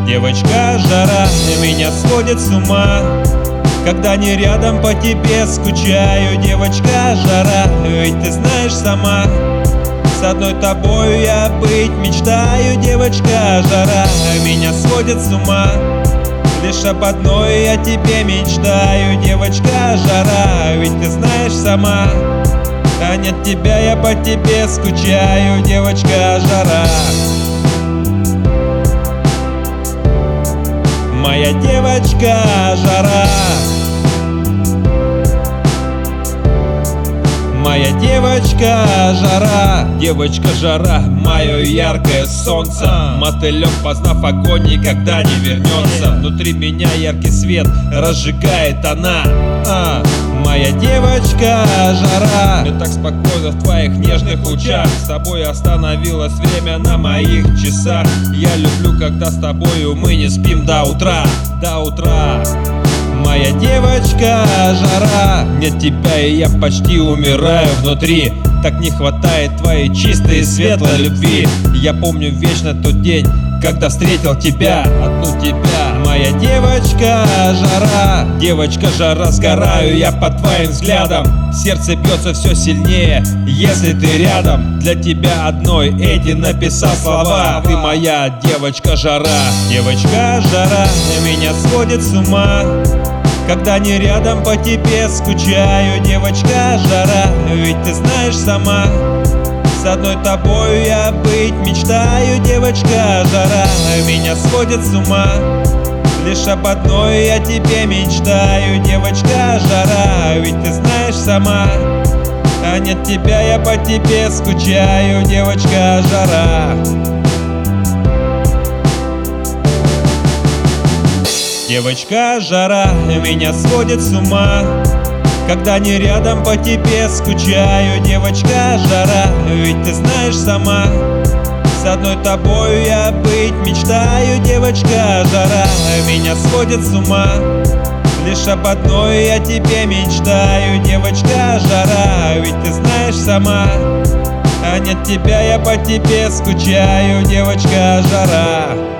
Девочка, жара меня сводит с ума, когда не рядом, по тебе скучаю. Девочка, жара, ведь ты знаешь сама, с одной тобою я быть мечтаю. Девочка, жара меня сводит с ума, лишь об одной я тебе мечтаю. Девочка, жара, ведь ты знаешь сама, а нет тебя я по тебе скучаю. Девочка, жара, моя девочка, жара, моя девочка, жара. Девочка, жара, мое яркое солнце. Мотылек, познав огонь, никогда не вернется. Внутри меня яркий свет разжигает она. Моя девочка, жара. Мне так спокойно в твоих нежных лучах, с тобой остановилось время на моих часах. Я люблю, когда с тобою мы не спим до утра, до утра. Моя девочка, жара, нет тебя и я почти умираю внутри. Так не хватает твоей чистой и светлой любви. Я помню вечно тот день, когда встретил тебя, одну тебя. Моя девочка, жара, девочка, жара, сгораю я под твоим взглядом. Сердце бьется все сильнее, если ты рядом. Для тебя одной Эдди написал слова. Ты моя девочка, жара. Девочка, жара меня сводит с ума, когда не рядом, по тебе скучаю. Девочка, жара, ведь ты знаешь сама, с одной тобою я быть мечтаю. Девочка, жара меня сводит с ума, лишь об одной я тебе мечтаю. Девочка, жара, ведь ты знаешь сама, а нет тебя я по тебе скучаю. Девочка, жара. Девочка, жара меня сводит с ума, когда не рядом, по тебе скучаю. Девочка, жара, ведь ты знаешь сама, с одной тобою я быть мечтаю. Девочка, жара меня сводит с ума, лишь об одной я тебе мечтаю. Девочка, жара, ведь ты знаешь сама, а нет тебя я по тебе скучаю. Девочка, жара.